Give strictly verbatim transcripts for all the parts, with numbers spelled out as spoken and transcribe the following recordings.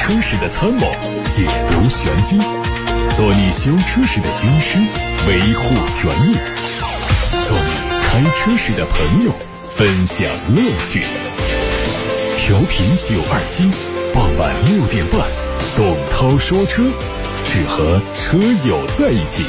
车时的参谋，解读玄机，做你修车时的军师，维护权益，做你开车时的朋友，分享乐趣。调频九二七，傍晚六点半，董涛说车，只和车友在一起。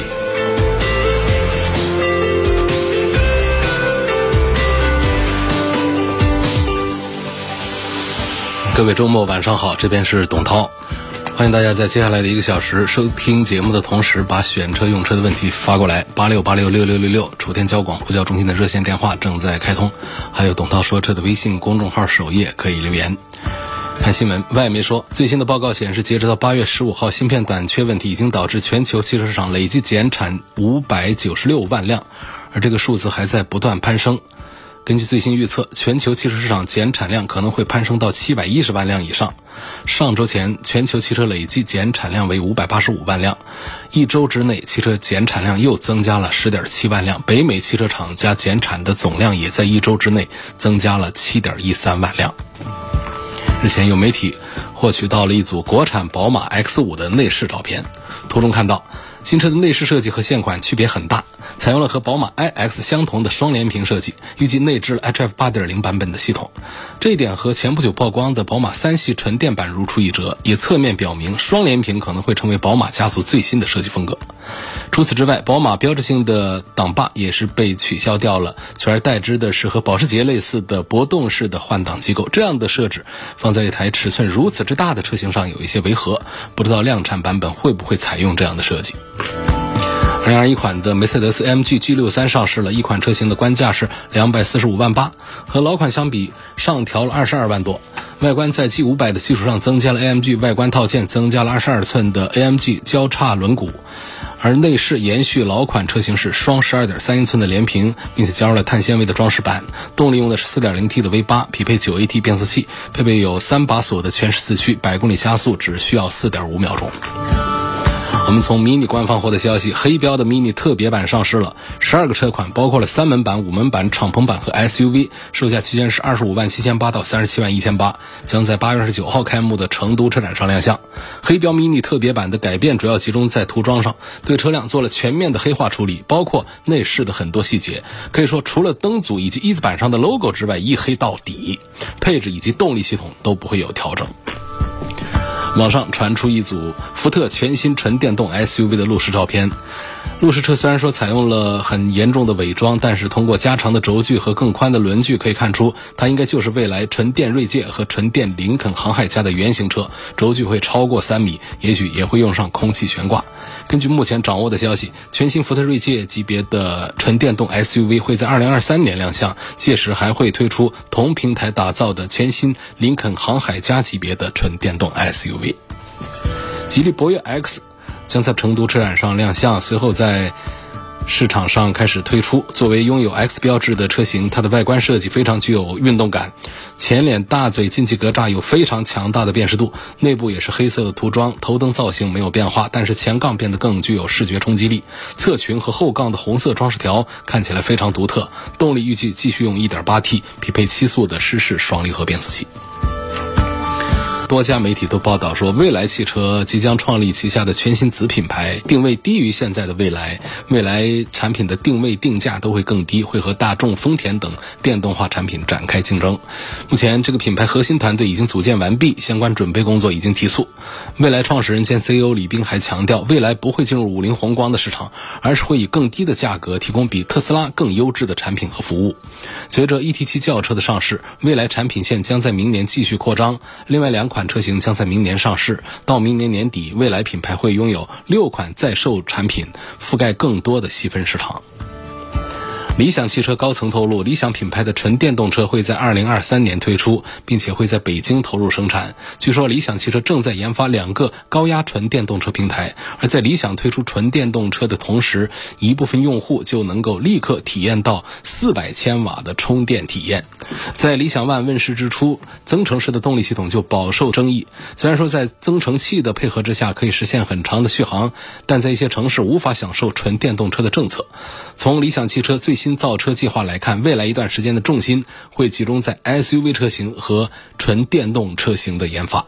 各位周末晚上好，这边是董涛，欢迎大家在接下来的一个小时收听节目的同时，把选车用车的问题发过来，八六八六六六六六，楚天交广呼叫中心的热线电话正在开通，还有董涛说车的微信公众号首页可以留言。看新闻，外媒说，最新的报告显示，截止到八月十五号，芯片短缺问题已经导致全球汽车市场累计减产五百九十六万辆，而这个数字还在不断攀升。根据最新预测，全球汽车市场减产量可能会攀升到七百一十万辆以上。上周前，全球汽车累计减产量为五百八十五万辆，一周之内，汽车减产量又增加了 十点七万辆。北美汽车厂家减产的总量也在一周之内增加了 七点一三万辆。日前有媒体获取到了一组国产宝马 X 五 的内饰照片，图中看到新车的内饰设计和现款区别很大，采用了和宝马 I X 相同的双联屏设计，预计内置了 H F 八点零 版本的系统。这一点和前不久曝光的宝马三系纯电版如出一辙，也侧面表明双联屏可能会成为宝马家族最新的设计风格。除此之外，宝马标志性的挡把也是被取消掉了，取而代之的是和保时捷类似的波动式的换挡机构。这样的设置放在一台尺寸如此之大的车型上有一些违和，不知道量产版本会不会采用这样的设计。二零二一款的梅赛德斯 A M G G 六十三 上市了，一款车型的官价是两百四十五万八，和老款相比上调了二十二万多。外观在 G 五百 的基础上增加了 A M G 外观套件，增加了二十二寸的 A M G 交叉轮毂，而内饰延续老款车型是双 十二点三英寸的连屏，并且加入了碳纤维的装饰板。动力用的是 四点零 T 的 V 八， 匹配 九 A T 变速器，配备有三把锁的全时四驱，百公里加速只需要 四点五秒钟。我们从 Mini 官方获得消息，黑标的 Mini 特别版上市了，十二个车款，包括了三门版、五门版、敞篷版和 S U V， 售价区间是二十五万七千八到三十七万一千八，将在八月二十九号开幕的成都车展上亮相。黑标 Mini 特别版的改变主要集中在涂装上，对车辆做了全面的黑化处理，包括内饰的很多细节，可以说除了灯组以及一字板上的 logo 之外，一黑到底，配置以及动力系统都不会有调整。网上传出一组福特全新纯电动 S U V 的路试照片。路试车虽然说采用了很严重的伪装，但是通过加长的轴距和更宽的轮距可以看出，它应该就是未来纯电锐界和纯电林肯航海家的原型车，轴距会超过三米，也许也会用上空气悬挂。根据目前掌握的消息，全新福特锐界级别的纯电动 S U V 会在二零二三年亮相，届时还会推出同平台打造的全新林肯航海家级别的纯电动 S U V。吉利博越 X 将在成都车展上亮相，随后在市场上开始推出。作为拥有 X 标志的车型，它的外观设计非常具有运动感，前脸大嘴进气格栅有非常强大的辨识度，内部也是黑色的涂装，头灯造型没有变化，但是前杠变得更具有视觉冲击力，侧裙和后杠的红色装饰条看起来非常独特。动力预计继续用 一点八 T 匹配七速的湿式双离合变速器。多家媒体都报道说，蔚来汽车即将创立旗下的全新子品牌，定位低于现在的蔚来，未来产品的定位定价都会更低，会和大众、丰田等电动化产品展开竞争。目前这个品牌核心团队已经组建完毕，相关准备工作已经提速。蔚来创始人兼 C E O 李斌还强调，蔚来不会进入五菱宏光的市场，而是会以更低的价格提供比特斯拉更优质的产品和服务。随着 E T 七 轿车的上市，蔚来产品线将在明年继续扩张，另外两款款车型将在明年上市，到明年年底，蔚来品牌会拥有六款在售产品，覆盖更多的细分市场。理想汽车高层透露，理想品牌的纯电动车会在二零二三年推出，并且会在北京投入生产。据说理想汽车正在研发两个高压纯电动车平台，而在理想推出纯电动车的同时，一部分用户就能够立刻体验到四百千瓦的充电体验。在理想 ONE 问世之初，增程式的动力系统就饱受争议。虽然说在增程器的配合之下可以实现很长的续航，但在一些城市无法享受纯电动车的政策。从理想汽车最新造车计划来看，未来一段时间的重心会集中在 S U V 车型和纯电动车型的研发。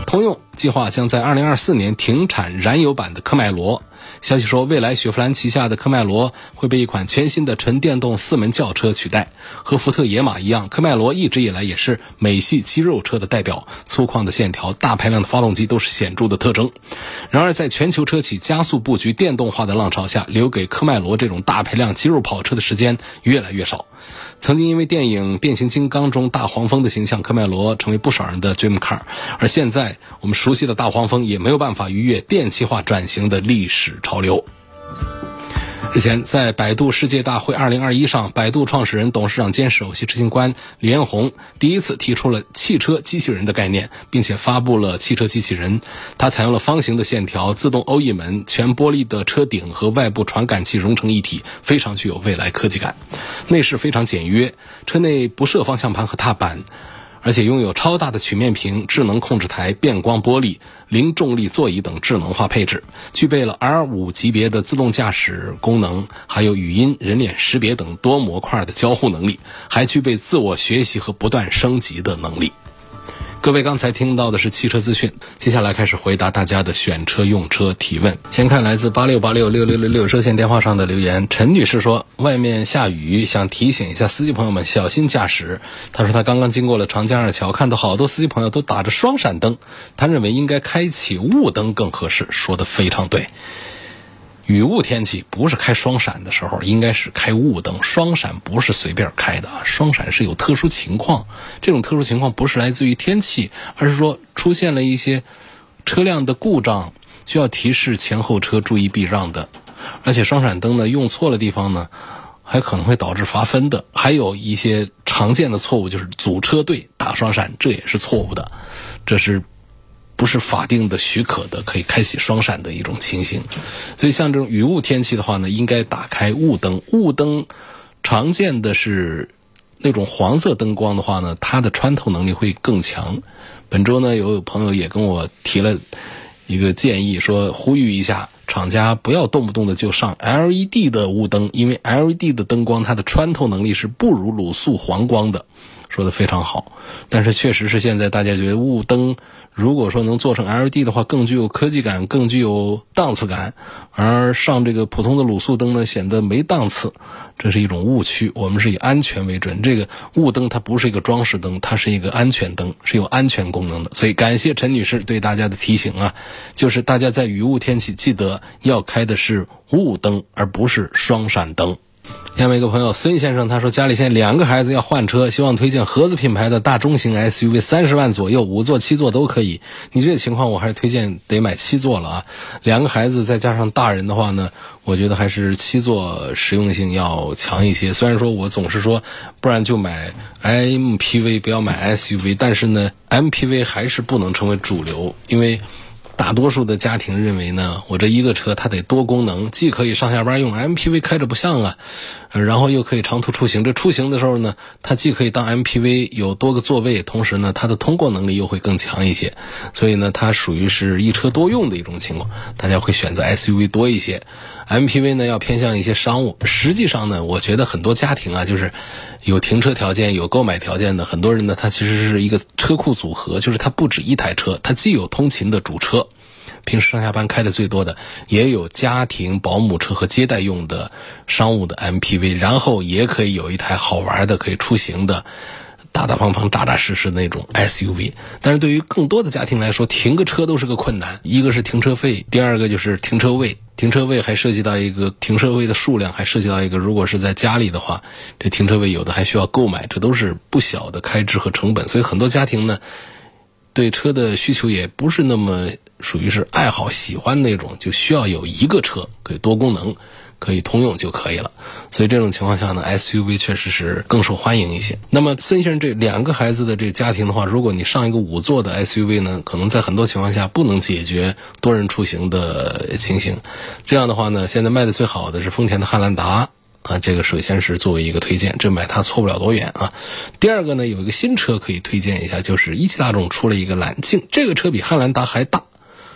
通用计划将在二零二四年停产燃油版的科迈罗。消息说，未来雪佛兰旗下的科迈罗会被一款全新的纯电动四门轿车取代。和福特野马一样，科迈罗一直以来也是美系肌肉车的代表，粗犷的线条、大排量的发动机都是显著的特征。然而，在全球车企加速布局电动化的浪潮下，留给科迈罗这种大排量肌肉跑车的时间越来越少。曾经因为电影《变形金刚》中大黄蜂的形象，科迈罗成为不少人的 dream car， 而现在我们熟悉的大黄蜂也没有办法逾越电气化转型的历史潮流。日前，在百度世界大会二零二一上，百度创始人、董事长兼首席执行官李彦宏第一次提出了汽车机器人的概念，并且发布了汽车机器人。它采用了方形的线条、自动欧翼门、全玻璃的车顶和外部传感器融成一体，非常具有未来科技感。内饰非常简约，车内不设方向盘和踏板，而且拥有超大的曲面屏、智能控制台、变光玻璃、零重力座椅等智能化配置，具备了 R 五 级别的自动驾驶功能，还有语音、人脸识别等多模块的交互能力，还具备自我学习和不断升级的能力。各位刚才听到的是汽车资讯，接下来开始回答大家的选车用车提问。先看来自八六八六六六六六热线电话上的留言，陈女士说，外面下雨，想提醒一下司机朋友们小心驾驶。她说她刚刚经过了长江二桥，看到好多司机朋友都打着双闪灯，她认为应该开启雾灯更合适。说得非常对，雨雾天气不是开双闪的时候，应该是开雾灯。双闪不是随便开的，双闪是有特殊情况，这种特殊情况不是来自于天气，而是说出现了一些车辆的故障，需要提示前后车注意避让的。而且双闪灯呢，用错了地方呢，还可能会导致罚分的。还有一些常见的错误，就是阻车队打双闪，这也是错误的，这是不是法定的许可的可以开启双闪的一种情形。所以像这种雨雾天气的话呢，应该打开雾灯。雾灯常见的是那种黄色灯光的话呢，它的穿透能力会更强。本周呢，有朋友也跟我提了一个建议，说呼吁一下厂家不要动不动的就上 L E D 的雾灯，因为 L E D 的灯光它的穿透能力是不如卤素黄光的。说得非常好，但是确实是现在大家觉得雾灯如果说能做成 L E D 的话，更具有科技感，更具有档次感，而上这个普通的卤素灯呢，显得没档次，这是一种误区。我们是以安全为准，这个雾灯它不是一个装饰灯，它是一个安全灯，是有安全功能的。所以感谢陈女士对大家的提醒啊，就是大家在雨雾天气记得要开的是雾灯，而不是双闪灯。下面一个朋友孙先生，他说家里现在两个孩子要换车，希望推荐合资品牌的大中型 S U V， 三十万左右，五座七座都可以。你这个情况我还是推荐得买七座了啊。两个孩子再加上大人的话呢，我觉得还是七座实用性要强一些。虽然说我总是说不然就买 M P V 不要买 S U V， 但是呢 M P V 还是不能成为主流，因为大多数的家庭认为呢，我这一个车它得多功能，既可以上下班用 M P V 开着不像啊，然后又可以长途出行。这出行的时候呢，它既可以当 M P V 有多个座位，同时呢它的通过能力又会更强一些，所以呢它属于是一车多用的一种情况，大家会选择 S U V 多一些。M P V 呢要偏向一些商务。实际上呢，我觉得很多家庭啊，就是有停车条件有购买条件的很多人呢，他其实是一个车库组合，就是他不止一台车，他既有通勤的主车，平时上下班开的最多的，也有家庭保姆车和接待用的商务的 M P V， 然后也可以有一台好玩的可以出行的大大方方扎扎实实的那种 S U V。 但是对于更多的家庭来说，停个车都是个困难，一个是停车费，第二个就是停车位，停车位还涉及到一个停车位的数量，还涉及到一个如果是在家里的话，这停车位有的还需要购买，这都是不小的开支和成本。所以很多家庭呢对车的需求也不是那么属于是爱好喜欢那种，就需要有一个车可以多功能可以通用就可以了。所以这种情况下呢 S U V 确实是更受欢迎一些。那么孙先生这两个孩子的这个家庭的话，如果你上一个五座的 S U V 呢，可能在很多情况下不能解决多人出行的情形。这样的话呢，现在卖的最好的是丰田的汉兰达啊，这个首先是作为一个推荐，这买它错不了多远啊。第二个呢，有一个新车可以推荐一下，就是一汽大众出了一个揽境，这个车比汉兰达还大。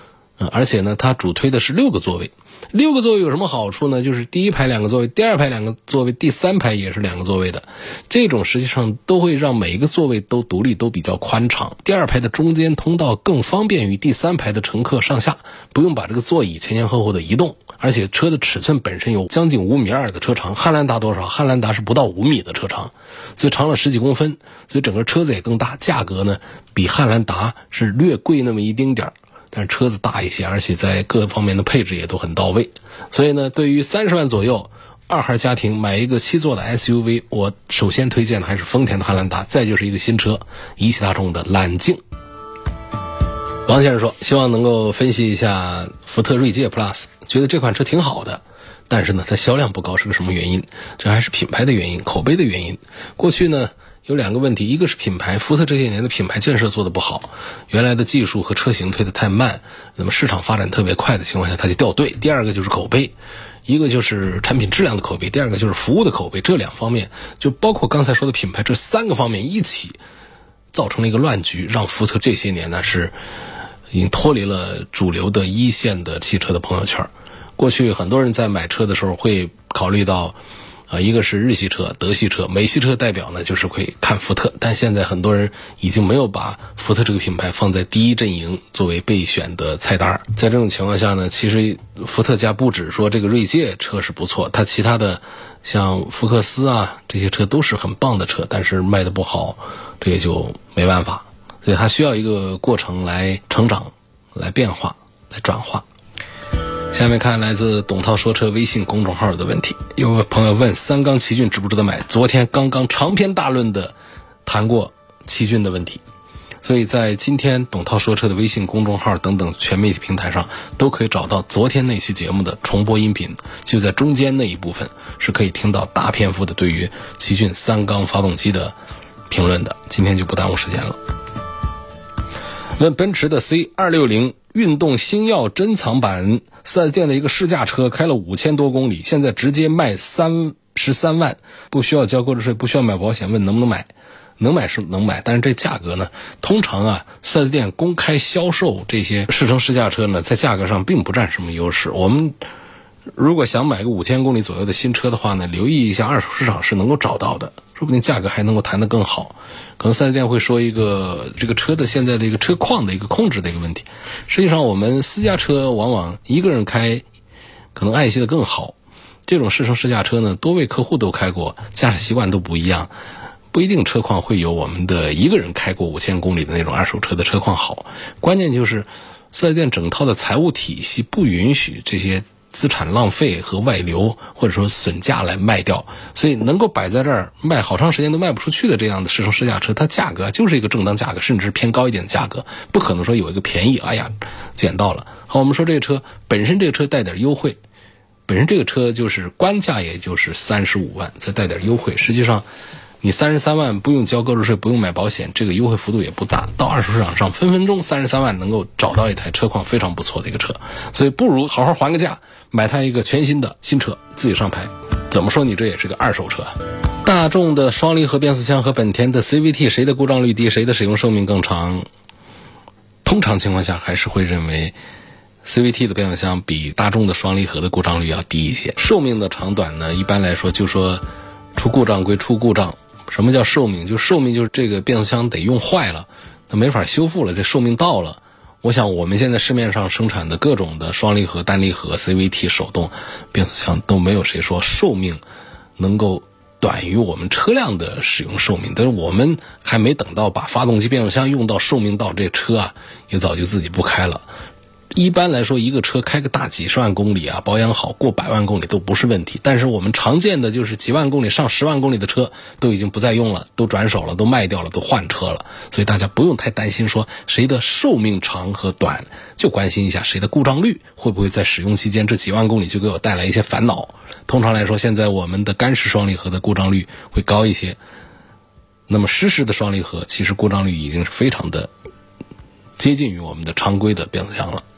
嗯，而且呢，它主推的是六个座位。六个座位有什么好处呢？就是第一排两个座位，第二排两个座位，第三排也是两个座位的。这种实际上都会让每一个座位都独立，都比较宽敞。第二排的中间通道更方便于第三排的乘客上下，不用把这个座椅前前后后的移动。而且车的尺寸本身有将近五米二的车长，汉兰达多少？汉兰达是不到五米的车长，所以长了十几公分，所以整个车子也更大。价格呢，比汉兰达是略贵那么一丁点儿。但是车子大一些，而且在各方面的配置也都很到位，所以呢，对于三十万左右二孩家庭买一个七座的 S U V， 我首先推荐的还是丰田的汉兰达，再就是一个新车一汽大众的揽境。王先生说，希望能够分析一下福特锐界 Plus， 觉得这款车挺好的，但是呢，它销量不高是个什么原因？这还是品牌的原因，口碑的原因。过去呢，有两个问题，一个是品牌，福特这些年的品牌建设做得不好，原来的技术和车型推得太慢，那么市场发展特别快的情况下它就掉队。第二个就是口碑，一个就是产品质量的口碑，第二个就是服务的口碑，这两方面就包括刚才说的品牌，这三个方面一起造成了一个乱局，让福特这些年呢是已经脱离了主流的一线的汽车的朋友圈。过去很多人在买车的时候会考虑到啊，一个是日系车、德系车，美系车代表呢就是会看福特，但现在很多人已经没有把福特这个品牌放在第一阵营作为备选的菜单。在这种情况下呢，其实福特家不止说这个锐界车是不错，它其他的像福克斯啊这些车都是很棒的车，但是卖的不好，这也就没办法，所以它需要一个过程来成长、来变化、来转化。下面看来自董涛说车微信公众号的问题，有位朋友问三缸奇骏值不值得买，昨天刚刚长篇大论的谈过奇骏的问题，所以在今天董涛说车的微信公众号等等全媒体平台上都可以找到昨天那期节目的重播音频，就在中间那一部分是可以听到大篇幅的对于奇骏三缸发动机的评论的，今天就不耽误时间了。问奔驰的 C 二六零运动星耀珍藏版 四 S 店的一个试驾车，开了五千多公里，现在直接卖三十三万，不需要交购置税，不需要买保险，问能不能买？能买是能买，但是这价格呢，通常啊 四 S 店公开销售这些试乘试驾车呢，在价格上并不占什么优势。我们如果想买个五千公里左右的新车的话呢，留意一下二手市场是能够找到的，说不定价格还能够谈得更好。可能四 S 店会说一个这个车的现在的一个车况的一个控制的一个问题。实际上我们私家车往往一个人开可能爱惜的更好，这种试乘试驾车呢，多位客户都开过，驾驶习惯都不一样，不一定车况会有我们的一个人开过五千公里的那种二手车的车况好。关键就是四 S 店整套的财务体系不允许这些资产浪费和外流或者说损价来卖掉，所以能够摆在这儿卖好长时间都卖不出去的这样的试乘试驾车，它价格就是一个正当价格，甚至是偏高一点的价格，不可能说有一个便宜，哎呀捡到了。好，我们说这个车本身这个车带点优惠，本身这个车就是官价也就是三十五万，再带点优惠，实际上你三十三万不用交购置税，不用买保险，这个优惠幅度也不大，到二手市场上分分钟三十三万能够找到一台车况非常不错的一个车，所以不如好好还个价，买它一个全新的新车自己上牌。怎么说你这也是个二手车。大众的双离合变速箱和本田的 C V T 谁的故障率低，谁的使用寿命更长？通常情况下还是会认为 C V T 的变速箱比大众的双离合的故障率要低一些。寿命的长短呢，一般来说就说出故障归出故障。什么叫寿命？就寿命就是这个变速箱得用坏了，它没法修复了，这寿命到了。我想我们现在市面上生产的各种的双离合、单离合、C V T 手动变速箱都没有谁说寿命能够短于我们车辆的使用寿命，但是我们还没等到把发动机变速箱用到寿命到，这车啊也早就自己不开了。一般来说一个车开个大几十万公里啊，保养好过百万公里都不是问题，但是我们常见的就是几万公里上十万公里的车都已经不再用了，都转手了，都卖掉了，都换车了，所以大家不用太担心说谁的寿命长和短，就关心一下谁的故障率会不会在使用期间这几万公里就给我带来一些烦恼。通常来说现在我们的干式双离合的故障率会高一些，那么湿式的双离合其实故障率已经是非常的接近于我们的常规的变速箱了。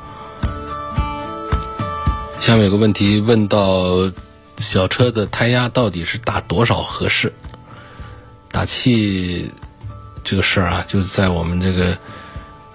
下面有个问题问到小车的胎压到底是打多少合适？打气这个事儿啊，就是在我们这个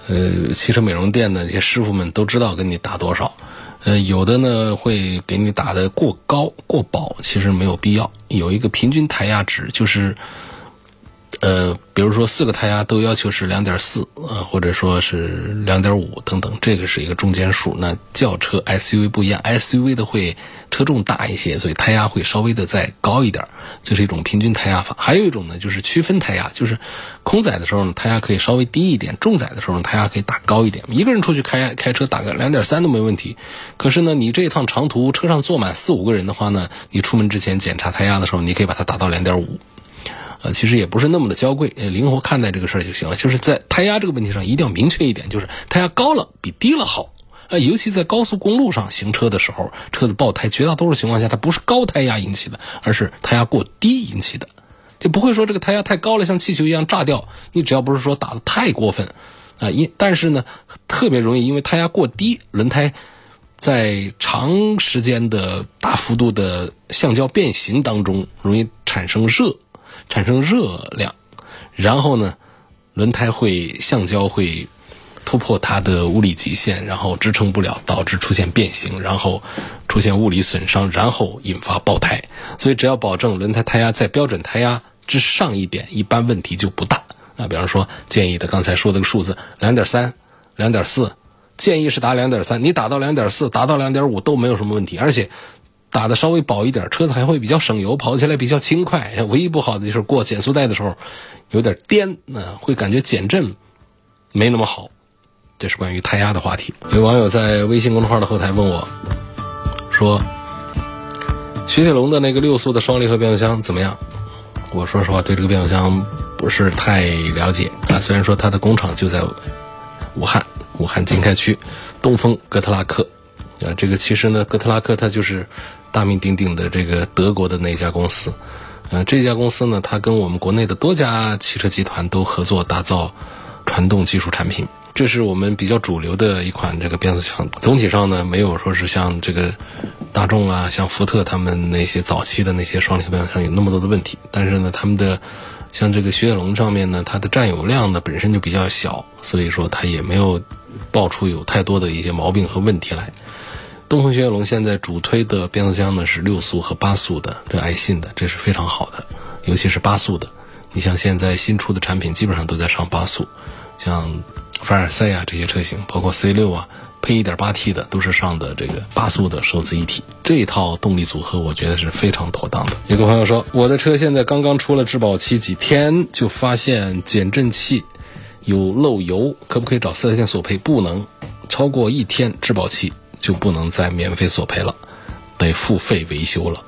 呃，汽车美容店的这些师傅们都知道跟你打多少。呃，有的呢会给你打得过高过饱，其实没有必要。有一个平均胎压值，就是呃，比如说四个胎压都要求是 两点四 呃，或者说是 两点五 等等，这个是一个中间数。那轿车 S U V 不一样， S U V 的会车重大一些，所以胎压会稍微的再高一点，这是一种平均胎压法。还有一种呢就是区分胎压，就是空载的时候呢胎压可以稍微低一点，重载的时候呢胎压可以打高一点。一个人出去开开车打个 两点三 都没问题。可是呢你这一趟长途车上坐满四五个人的话呢，你出门之前检查胎压的时候，你可以把它打到 两点五。呃，其实也不是那么的娇贵，呃，灵活看待这个事儿就行了。就是在胎压这个问题上一定要明确一点，就是胎压高了比低了好。呃，尤其在高速公路上行车的时候，车子爆胎绝大多数情况下它不是高胎压引起的，而是胎压过低引起的。就不会说这个胎压太高了像气球一样炸掉，你只要不是说打得太过分啊，因、呃、但是呢特别容易因为胎压过低，轮胎在长时间的大幅度的橡胶变形当中容易产生热产生热量，然后呢轮胎会橡胶会突破它的物理极限，然后支撑不了，导致出现变形，然后出现物理损伤，然后引发爆胎。所以只要保证轮胎胎压在标准胎压之上一点，一般问题就不大。那比方说建议的刚才说的个数字 两点三 两点四， 建议是打 两点三， 你打到 两点四 打到 两点五 都没有什么问题，而且打的稍微薄一点，车子还会比较省油，跑起来比较轻快。唯一不好的就是过减速带的时候有点颠，呃、会感觉减震没那么好。这是关于胎压的话题。有网友在微信公众号的后台问我说，雪铁龙的那个六速的双离合变速箱怎么样？我说实话对这个变速箱不是太了解啊，虽然说它的工厂就在武汉武汉经开区东风哥特拉克啊，这个其实呢哥特拉克它就是大名鼎鼎的这个德国的那家公司。呃，这家公司呢它跟我们国内的多家汽车集团都合作打造传动技术产品，这是我们比较主流的一款这个变速箱。总体上呢没有说是像这个大众啊像福特他们那些早期的那些双离合变速箱有那么多的问题，但是呢他们的像这个雪铁龙上面呢它的占有量呢本身就比较小，所以说它也没有爆出有太多的一些毛病和问题来。东风雪铁龙现在主推的变速箱呢是六速和八速的，这爱信的，这是非常好的，尤其是八速的。你像现在新出的产品基本上都在上八速，像凡尔赛啊这些车型，包括 C 六 啊配 一点八 T 的都是上的这个八速的手自一体，这一套动力组合我觉得是非常妥当的。有个朋友说，我的车现在刚刚出了质保期几天就发现减震器有漏油，可不可以找四 S 店索赔？不能，超过一天质保期就不能再免费索赔了，得付费维修了。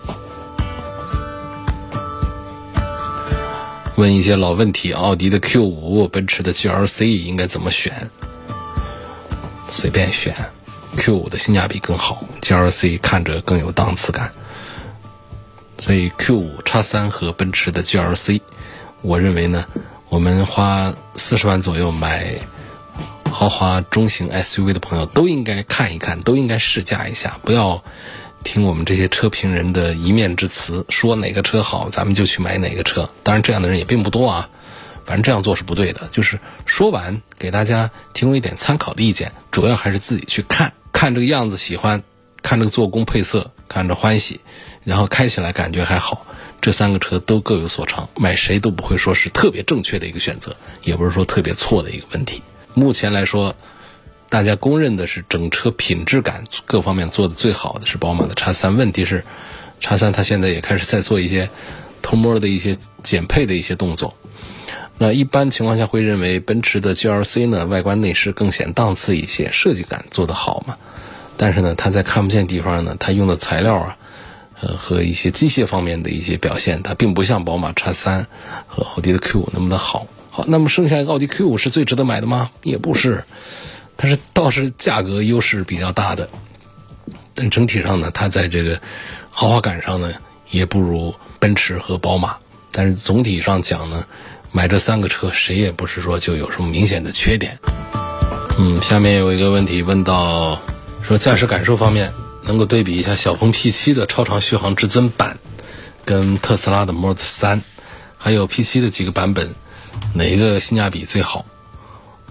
问一些老问题，奥迪的 Q 五 奔驰的 G L C 应该怎么选？随便选， Q 五 的性价比更好， G L C 看着更有档次感，所以 Q 五 X 三 和奔驰的 G L C， 我认为呢我们花四十万左右买豪华中型 S U V 的朋友都应该看一看，都应该试驾一下，不要听我们这些车评人的一面之词，说哪个车好咱们就去买哪个车。当然这样的人也并不多啊，反正这样做是不对的。就是说完给大家提供一点参考的意见，主要还是自己去看看这个样子喜欢，看这个做工配色看着欢喜，然后开起来感觉还好，这三个车都各有所长，买谁都不会说是特别正确的一个选择，也不是说特别错的一个问题。目前来说大家公认的是整车品质感各方面做的最好的是宝马的 X 三， 问题是 X 三 它现在也开始在做一些偷摸的一些减配的一些动作。那一般情况下会认为奔驰的 G L C 呢外观内饰更显档次一些，设计感做得好嘛，但是呢它在看不见地方呢它用的材料啊呃和一些机械方面的一些表现，它并不像宝马 X 三 和奥迪的 Q 五 那么的好。好，那么剩下奥迪 Q 五 是最值得买的吗？也不是，但是倒是价格优势比较大的，但整体上呢它在这个豪华感上呢也不如奔驰和宝马，但是总体上讲呢买这三个车谁也不是说就有什么明显的缺点。嗯，下面有一个问题问到说驾驶感受方面能够对比一下小鹏 P 七 的超长续航至尊版跟特斯拉的 Model 三，还有 P 七 的几个版本哪一个性价比最好？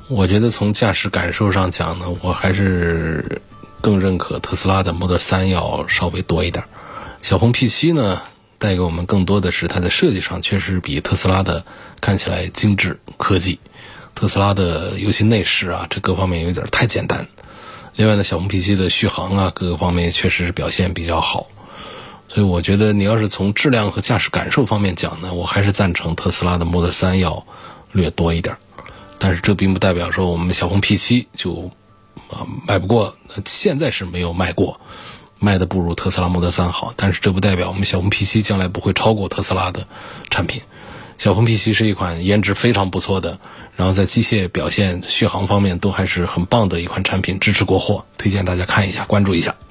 我觉得从驾驶感受上讲呢，我还是更认可特斯拉的 Model 三要稍微多一点。小鹏 P 七 呢带给我们更多的是它在设计上确实比特斯拉的看起来精致科技，特斯拉的尤其内饰啊这各方面有点太简单。另外呢，小鹏 P 七 的续航啊各个方面确实是表现比较好，所以我觉得你要是从质量和驾驶感受方面讲呢，我还是赞成特斯拉的 Model 三要略多一点。但是这并不代表说我们小鹏 P 七 就啊卖不过，现在是没有卖过，卖的不如特斯拉 Model 三好，但是这不代表我们小鹏 P 七 将来不会超过特斯拉的产品。小鹏 P 七 是一款颜值非常不错的，然后在机械表现续航方面都还是很棒的一款产品，支持国货，推荐大家看一下关注一下。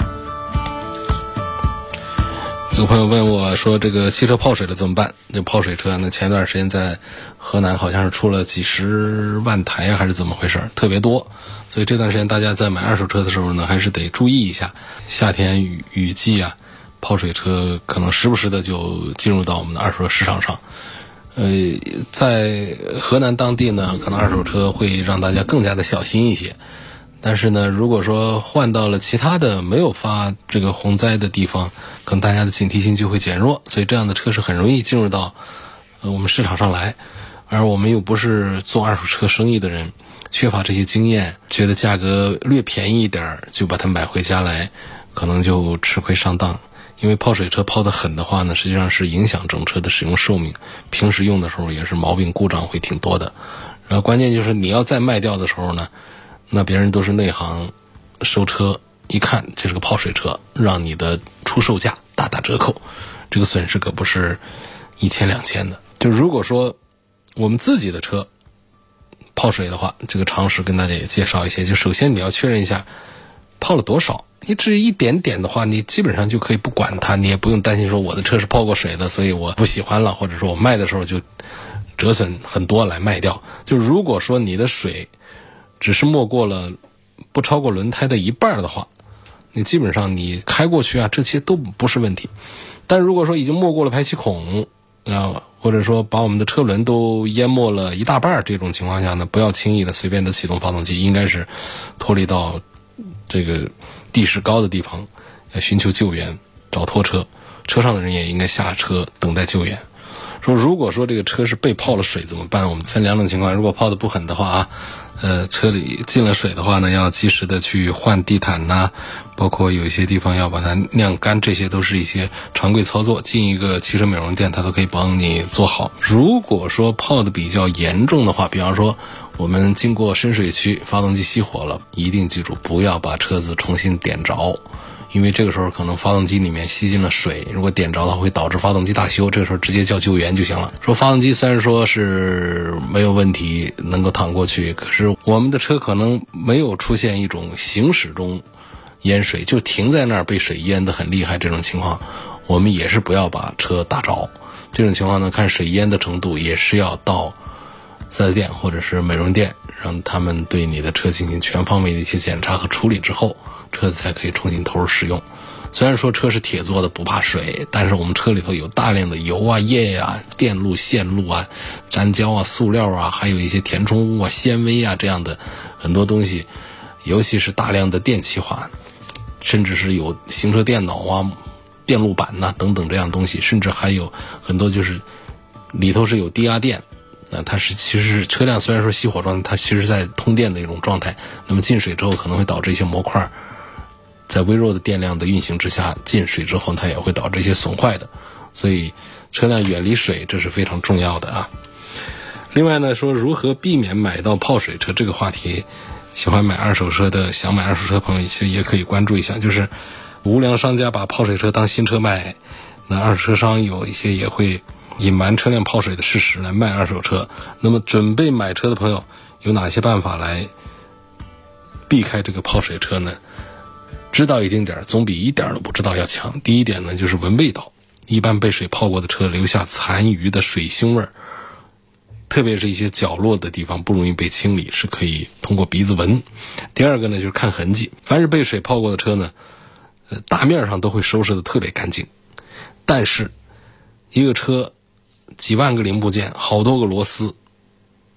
有朋友问我说这个汽车泡水了怎么办？这泡水车呢，前段时间在河南好像是出了几十万台还是怎么回事，特别多，所以这段时间大家在买二手车的时候呢，还是得注意一下。夏天雨雨季啊，泡水车可能时不时的就进入到我们的二手车市场上。呃，在河南当地呢，可能二手车会让大家更加的小心一些。但是呢，如果说换到了其他的没有发这个洪灾的地方，可能大家的警惕性就会减弱，所以这样的车是很容易进入到呃我们市场上来。而我们又不是做二手车生意的人，缺乏这些经验，觉得价格略便宜一点就把它买回家来，可能就吃亏上当。因为泡水车泡得狠的话呢，实际上是影响整车的使用寿命，平时用的时候也是毛病故障会挺多的。然后关键就是你要再卖掉的时候呢，那别人都是内行收车，一看这是个泡水车，让你的出售价大打折扣，这个损失可不是一千两千的。就如果说我们自己的车泡水的话，这个常识跟大家也介绍一些，就首先你要确认一下泡了多少，你只一点点的话，你基本上就可以不管它，你也不用担心说我的车是泡过水的，所以我不喜欢了，或者说我卖的时候就折损很多来卖掉。就如果说你的水只是没过了不超过轮胎的一半的话，你基本上你开过去啊，这些都不是问题。但如果说已经没过了排气孔啊，或者说把我们的车轮都淹没了一大半，这种情况下呢，不要轻易的随便的启动发动机，应该是脱离到这个地势高的地方寻求救援，找拖车，车上的人也应该下车等待救援。说如果说这个车是被泡了水怎么办？我们分两种情况，如果泡得不狠的话啊，呃，车里进了水的话呢，要及时的去换地毯呐、啊，包括有一些地方要把它晾干，这些都是一些常规操作，进一个汽车美容店它都可以帮你做好。如果说泡得比较严重的话，比方说我们经过深水区，发动机熄火了，一定记住不要把车子重新点着，因为这个时候可能发动机里面吸进了水，如果点着的话会导致发动机大修，这个时候直接叫救援就行了。说发动机虽然说是没有问题能够淌过去，可是我们的车可能没有出现一种行驶中淹水，就停在那儿被水淹得很厉害，这种情况我们也是不要把车打着。这种情况呢，看水淹的程度也是要到四 S 店或者是美容店，让他们对你的车进行全方位的一些检查和处理之后，车子才可以重新投入使用。虽然说车是铁做的不怕水，但是我们车里头有大量的油啊、液啊、电路、线路啊、粘胶啊、塑料啊，还有一些填充物啊、纤维啊这样的很多东西，尤其是大量的电气化，甚至是有行车电脑啊、电路板呐、啊、等等这样东西，甚至还有很多就是里头是有低压电。那它是其实是车辆虽然说熄火状态，它其实在通电的一种状态，那么进水之后可能会导致一些模块在微弱的电量的运行之下进水之后，它也会导致一些损坏的，所以车辆远离水这是非常重要的啊。另外呢，说如何避免买到泡水车这个话题，喜欢买二手车的想买二手车的朋友其实也可以关注一下，就是无良商家把泡水车当新车卖，那二手车商有一些也会隐瞒车辆泡水的事实来卖二手车。那么准备买车的朋友有哪些办法来避开这个泡水车呢？知道一丁点总比一点都不知道要强。第一点呢，就是闻味道，一般被水泡过的车留下残余的水腥味儿，特别是一些角落的地方不容易被清理，是可以通过鼻子闻。第二个呢，就是看痕迹，凡是被水泡过的车呢，呃，大面上都会收拾的特别干净，但是一个车几万个零部件，好多个螺丝，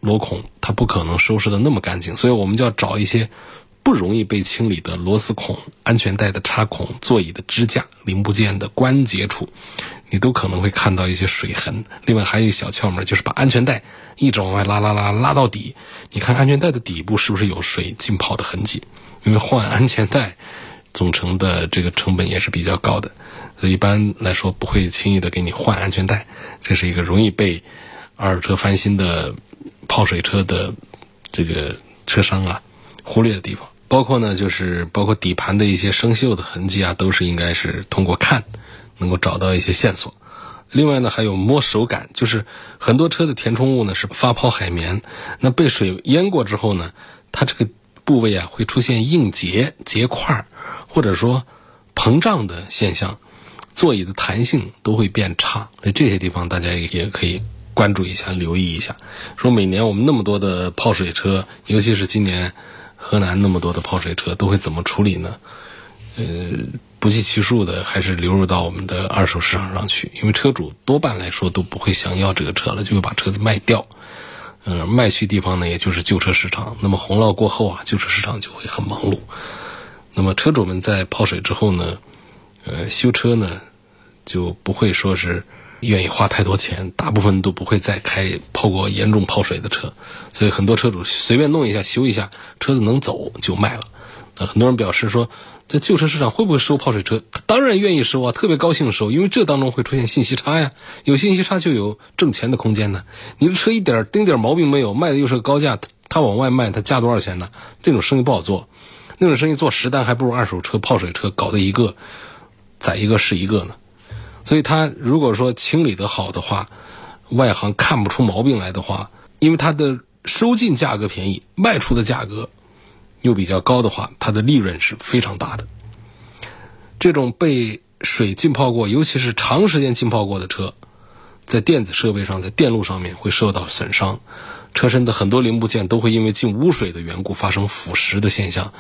螺孔，它不可能收拾的那么干净，所以我们就要找一些不容易被清理的螺丝孔、安全带的插孔、座椅的支架、零部件的关节处，你都可能会看到一些水痕。另外还有一小窍门，就是把安全带一直往外拉拉拉拉到底，你看安全带的底部是不是有水浸泡的痕迹？因为换安全带总成的这个成本也是比较高的，所以一般来说不会轻易的给你换安全带，这是一个容易被二手车翻新的泡水车的这个车商啊忽略的地方。包括呢就是包括底盘的一些生锈的痕迹啊，都是应该是通过看能够找到一些线索。另外呢还有摸手感，就是很多车的填充物呢是发泡海绵，那被水淹过之后呢，它这个部位啊会出现硬结、结块或者说膨胀的现象，座椅的弹性都会变差。这些地方大家也可以关注一下，留意一下。说每年我们那么多的泡水车，尤其是今年河南那么多的泡水车，都会怎么处理呢？呃，不计其数的还是流入到我们的二手市场上去，因为车主多半来说都不会想要这个车了，就会把车子卖掉。嗯、呃，卖去地方呢，也就是旧车市场。那么洪涝过后啊，旧车市场就会很忙碌。那么车主们在泡水之后呢，呃，修车呢就不会说是愿意花太多钱，大部分都不会再开泡过严重泡水的车，所以很多车主随便弄一下修一下，车子能走就卖了。那很多人表示说，这旧车市场会不会收泡水车？当然愿意收啊，特别高兴收，因为这当中会出现信息差呀，有信息差就有挣钱的空间呢。你的车一点丁点毛病没有，卖的又是个高价，他往外卖，他加多少钱呢？这种生意不好做，那种生意做十单还不如二手车泡水车搞得一个宰一个是一个呢。所以他如果说清理得好的话，外行看不出毛病来的话，因为它的收进价格便宜，卖出的价格又比较高的话，它的利润是非常大的。这种被水浸泡过，尤其是长时间浸泡过的车，在电子设备上，在电路上面会受到损伤，车身的很多零部件都会因为进污水的缘故发生腐蚀的现象，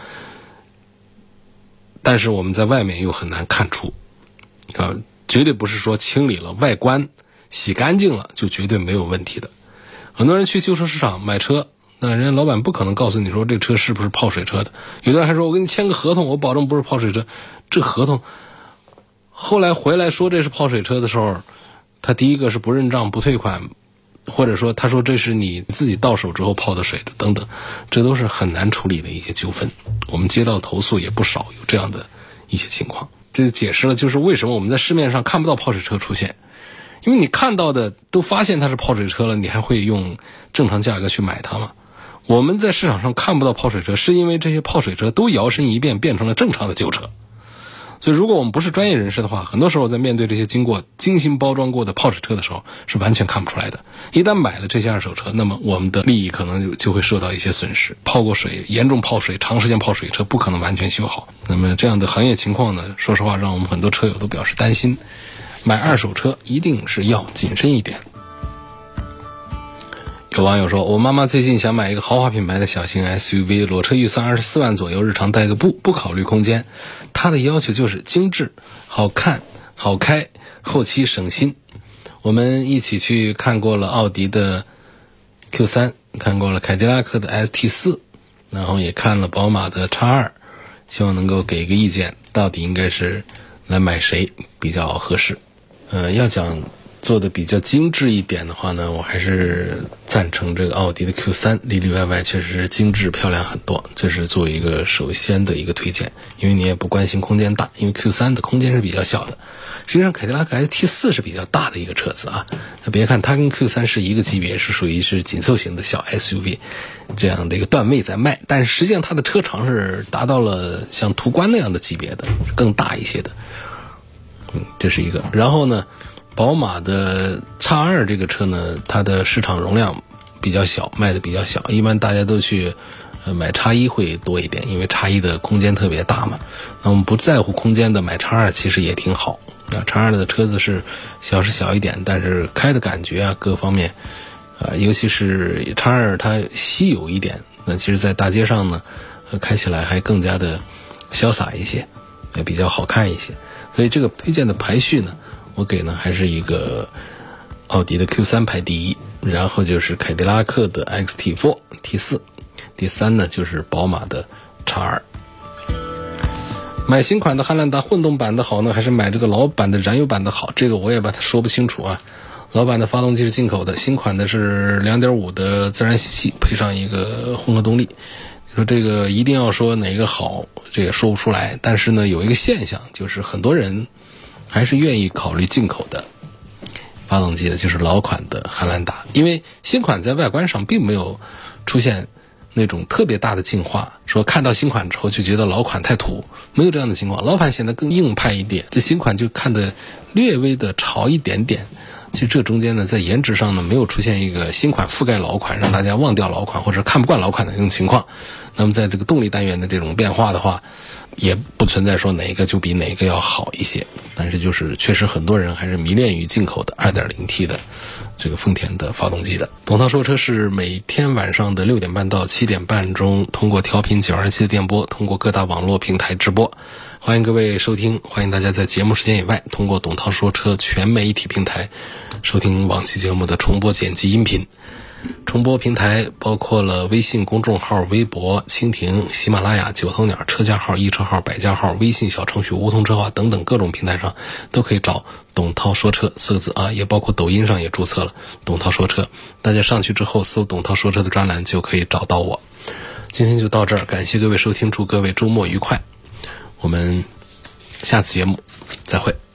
但是我们在外面又很难看出啊，绝对不是说清理了外观洗干净了就绝对没有问题的。很多人去旧车市场买车，那人家老板不可能告诉你说这车是不是泡水车的，有的人还说我给你签个合同，我保证不是泡水车。这合同后来回来说这是泡水车的时候，他第一个是不认账不退款，或者说他说这是你自己到手之后泡的水的等等，这都是很难处理的一些纠纷。我们接到投诉也不少，有这样的一些情况。这解释了就是为什么我们在市面上看不到泡水车出现，因为你看到的都发现它是泡水车了，你还会用正常价格去买它吗？我们在市场上看不到泡水车，是因为这些泡水车都摇身一变变成了正常的旧车。所以如果我们不是专业人士的话，很多时候在面对这些经过精心包装过的泡水车的时候是完全看不出来的。一旦买了这些二手车，那么我们的利益可能就就会受到一些损失。泡过水，严重泡水，长时间泡水车不可能完全修好。那么这样的行业情况呢，说实话让我们很多车友都表示担心，买二手车一定是要谨慎一点。有网友说，我妈妈最近想买一个豪华品牌的小型 S U V， 裸车预算二十四万左右，日常带个不不考虑空间，她的要求就是精致、好看、好开，后期省心。我们一起去看过了奥迪的 Q 三， 看过了凯迪拉克的 S T 四， 然后也看了宝马的 X 二， 希望能够给一个意见，到底应该是来买谁比较合适。呃，要讲做的比较精致一点的话呢，我还是赞成这个奥迪的 Q 三， 里里外外确实是精致漂亮很多，这是作为一个首先的一个推荐。因为你也不关心空间大，因为 Q 三 的空间是比较小的。实际上凯迪拉克 S T 四 是比较大的一个车子啊，那别看它跟 Q 三 是一个级别，是属于是紧凑型的小 S U V 这样的一个段位在卖，但是实际上它的车长是达到了像途观那样的级别的，更大一些的。嗯，这是一个。然后呢，宝马的 X 二 这个车呢，它的市场容量比较小，卖的比较小，一般大家都去呃买 X 一 会多一点，因为 X 一 的空间特别大嘛。那我们不在乎空间的买 X 二 其实也挺好。那 X 二 的车子是小是小一点，但是开的感觉啊各方面啊、呃，尤其是 X 二 它稀有一点，那其实在大街上呢、呃、开起来还更加的潇洒一些，也比较好看一些。所以这个推荐的排序呢，我给呢还是一个奥迪的 Q 三 排第一， 然后就是凯迪拉克的 X T 四 T 四，第三呢就是宝马的 X 二。买新款的汉兰达混动版的好呢，还是买这个老版的燃油版的好？这个我也把它说不清楚啊。老版的发动机是进口的，新款的是 两点五 的自然吸气配上一个混合动力。你说这个一定要说哪个好，这也说不出来。但是呢，有一个现象，就是很多人还是愿意考虑进口的发动机的，就是老款的汉兰达，因为新款在外观上并没有出现那种特别大的进化，说看到新款之后就觉得老款太土，没有这样的情况。老款显得更硬派一点，这新款就看得略微的潮一点点。其实这中间呢，在颜值上呢，没有出现一个新款覆盖老款，让大家忘掉老款或者看不惯老款的这种情况。那么在这个动力单元的这种变化的话，也不存在说哪一个就比哪一个要好一些。但是就是确实很多人还是迷恋于进口的 二点零 T 的这个丰田的发动机的。董涛说车是每天晚上的六点半到七点半中，通过调频九二七的电波，通过各大网络平台直播。欢迎各位收听，欢迎大家在节目时间以外，通过董涛说车全媒体平台收听往期节目的重播剪辑音频。重播平台包括了微信公众号、微博、蜻蜓、喜马拉雅、九头鸟、车架号、易车号、百家号、微信小程序梧桐车话等等各种平台上都可以找董涛说车四个字啊，也包括抖音上也注册了董涛说车，大家上去之后搜董涛说车的专栏就可以找到我。今天就到这儿，感谢各位收听，祝各位周末愉快，我们下次节目再会。